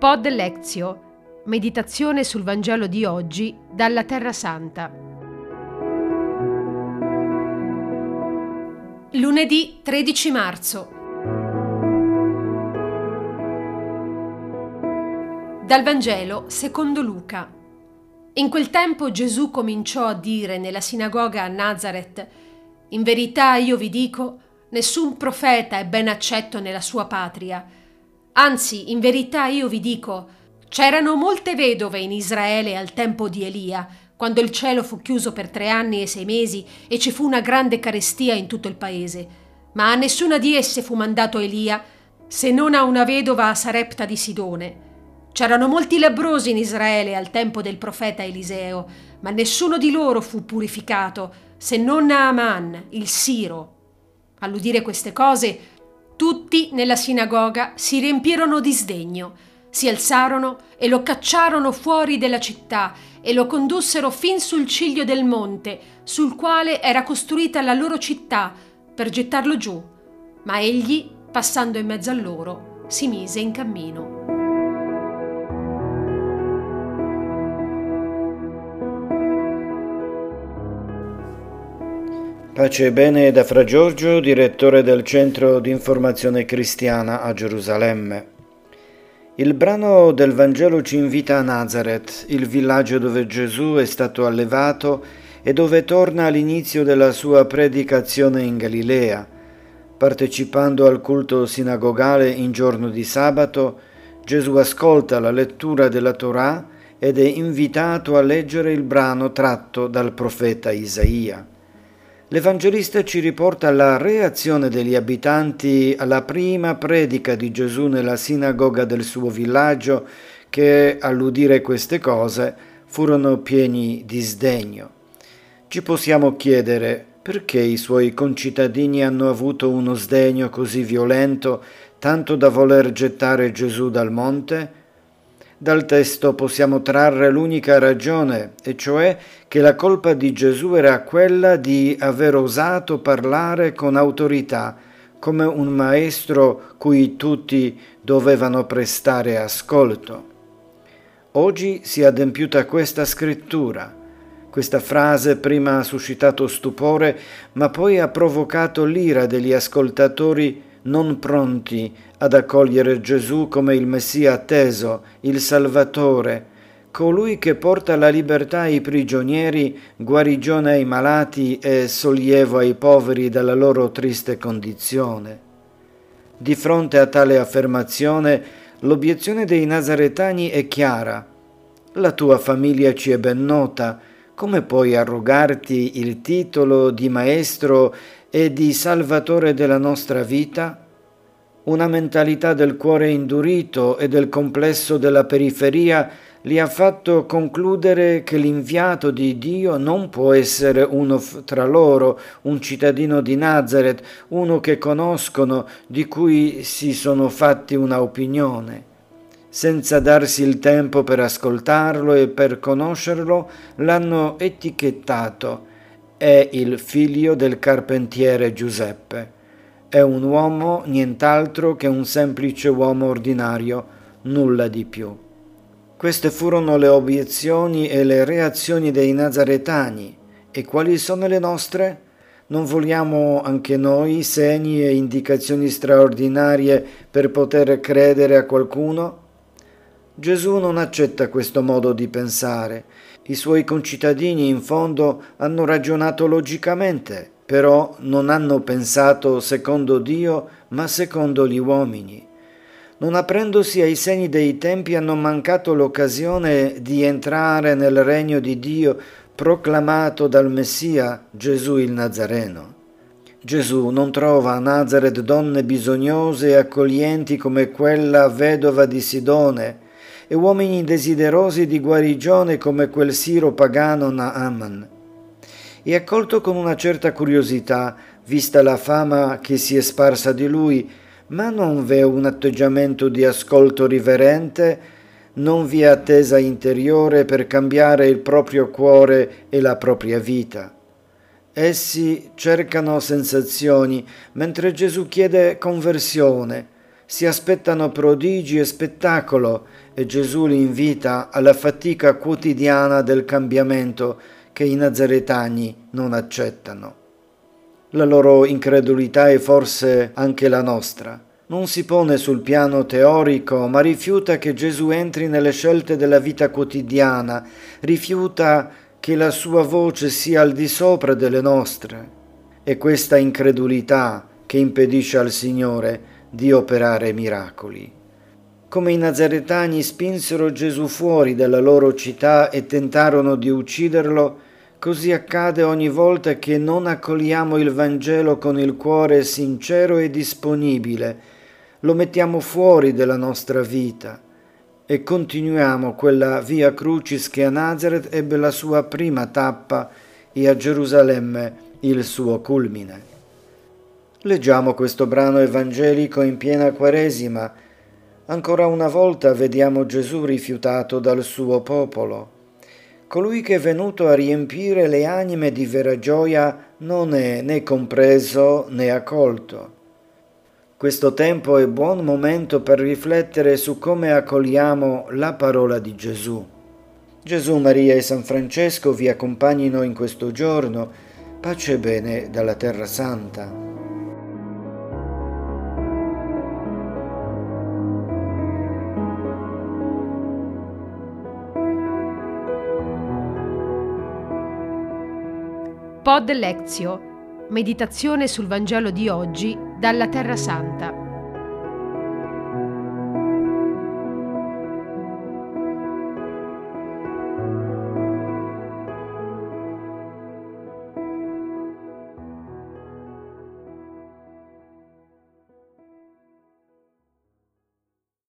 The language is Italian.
Pod Lectio, meditazione sul Vangelo di oggi dalla Terra Santa. Lunedì 13 marzo. Dal Vangelo secondo Luca. In quel tempo Gesù cominciò a dire nella sinagoga a Nazaret: «In verità io vi dico, nessun profeta è ben accetto nella sua patria. Anzi, in verità io vi dico, c'erano molte vedove in Israele al tempo di Elia, quando il cielo fu chiuso per 3 anni e 6 mesi e ci fu una grande carestia in tutto il paese. Ma a nessuna di esse fu mandato Elia, se non a una vedova a Sarepta di Sidone. C'erano molti lebbrosi in Israele al tempo del profeta Eliseo, ma nessuno di loro fu purificato, se non Naaman, il Siro». All'udire queste cose, tutti nella sinagoga si riempirono di sdegno, si alzarono e lo cacciarono fuori della città e lo condussero fin sul ciglio del monte, sul quale era costruita la loro città, per gettarlo giù. Ma egli, passando in mezzo a loro, si mise in cammino. Pace e bene da Fra Giorgio, direttore del Centro di Informazione Cristiana a Gerusalemme. Il brano del Vangelo ci invita a Nazaret, il villaggio dove Gesù è stato allevato e dove torna all'inizio della sua predicazione in Galilea. Partecipando al culto sinagogale in giorno di sabato, Gesù ascolta la lettura della Torah ed è invitato a leggere il brano tratto dal profeta Isaia. L'Evangelista ci riporta la reazione degli abitanti alla prima predica di Gesù nella sinagoga del suo villaggio, che all'udire queste cose furono pieni di sdegno. Ci possiamo chiedere perché i suoi concittadini hanno avuto uno sdegno così violento, tanto da voler gettare Gesù dal monte? Dal testo possiamo trarre l'unica ragione, e cioè che la colpa di Gesù era quella di aver osato parlare con autorità, come un maestro cui tutti dovevano prestare ascolto. Oggi si è adempiuta questa scrittura. Questa frase prima ha suscitato stupore, ma poi ha provocato l'ira degli ascoltatori non pronti ad accogliere Gesù come il Messia atteso, il Salvatore, colui che porta la libertà ai prigionieri, guarigione ai malati e sollievo ai poveri dalla loro triste condizione. Di fronte a tale affermazione, l'obiezione dei nazaretani è chiara. La tua famiglia ci è ben nota, come puoi arrogarti il titolo di maestro e di salvatore della nostra vita? Una mentalità del cuore indurito e del complesso della periferia li ha fatto concludere che l'inviato di Dio non può essere uno tra loro, un cittadino di Nazaret, uno che conoscono, di cui si sono fatti una opinione. Senza darsi il tempo per ascoltarlo e per conoscerlo, l'hanno etichettato: è il figlio del carpentiere Giuseppe. È un uomo nient'altro che un semplice uomo ordinario, nulla di più. Queste furono le obiezioni e le reazioni dei nazaretani. E quali sono le nostre? Non vogliamo anche noi segni e indicazioni straordinarie per poter credere a qualcuno? Gesù non accetta questo modo di pensare. I suoi concittadini in fondo hanno ragionato logicamente, però non hanno pensato secondo Dio, ma secondo gli uomini. Non aprendosi ai segni dei tempi, hanno mancato l'occasione di entrare nel regno di Dio proclamato dal Messia, Gesù il Nazareno. Gesù non trova a Nazaret donne bisognose e accoglienti come quella vedova di Sidone e uomini desiderosi di guarigione come quel Siro pagano Naaman. È accolto con una certa curiosità, vista la fama che si è sparsa di lui, ma non v'è un atteggiamento di ascolto riverente, non vi è attesa interiore per cambiare il proprio cuore e la propria vita. Essi cercano sensazioni, mentre Gesù chiede conversione. si aspettano prodigi e spettacolo e Gesù li invita alla fatica quotidiana del cambiamento che i nazaretani non accettano. La loro incredulità è forse anche la nostra. Non si pone sul piano teorico, ma rifiuta che Gesù entri nelle scelte della vita quotidiana, rifiuta che la sua voce sia al di sopra delle nostre. È questa incredulità che impedisce al Signore di operare miracoli. Come i nazaretani spinsero Gesù fuori dalla loro città e tentarono di ucciderlo, così accade ogni volta che non accogliamo il Vangelo con il cuore sincero e disponibile, lo mettiamo fuori della nostra vita e continuiamo quella via crucis che a Nazaret ebbe la sua prima tappa e a Gerusalemme il suo culmine. Leggiamo questo brano evangelico in piena Quaresima. Ancora una volta vediamo Gesù rifiutato dal suo popolo. Colui che è venuto a riempire le anime di vera gioia non è né compreso né accolto. Questo tempo è buon momento per riflettere su come accogliamo la parola di Gesù. Gesù, Maria e San Francesco vi accompagnino in questo giorno. Pace e bene dalla Terra Santa. Pod Lectio. Meditazione sul Vangelo di oggi dalla Terra Santa.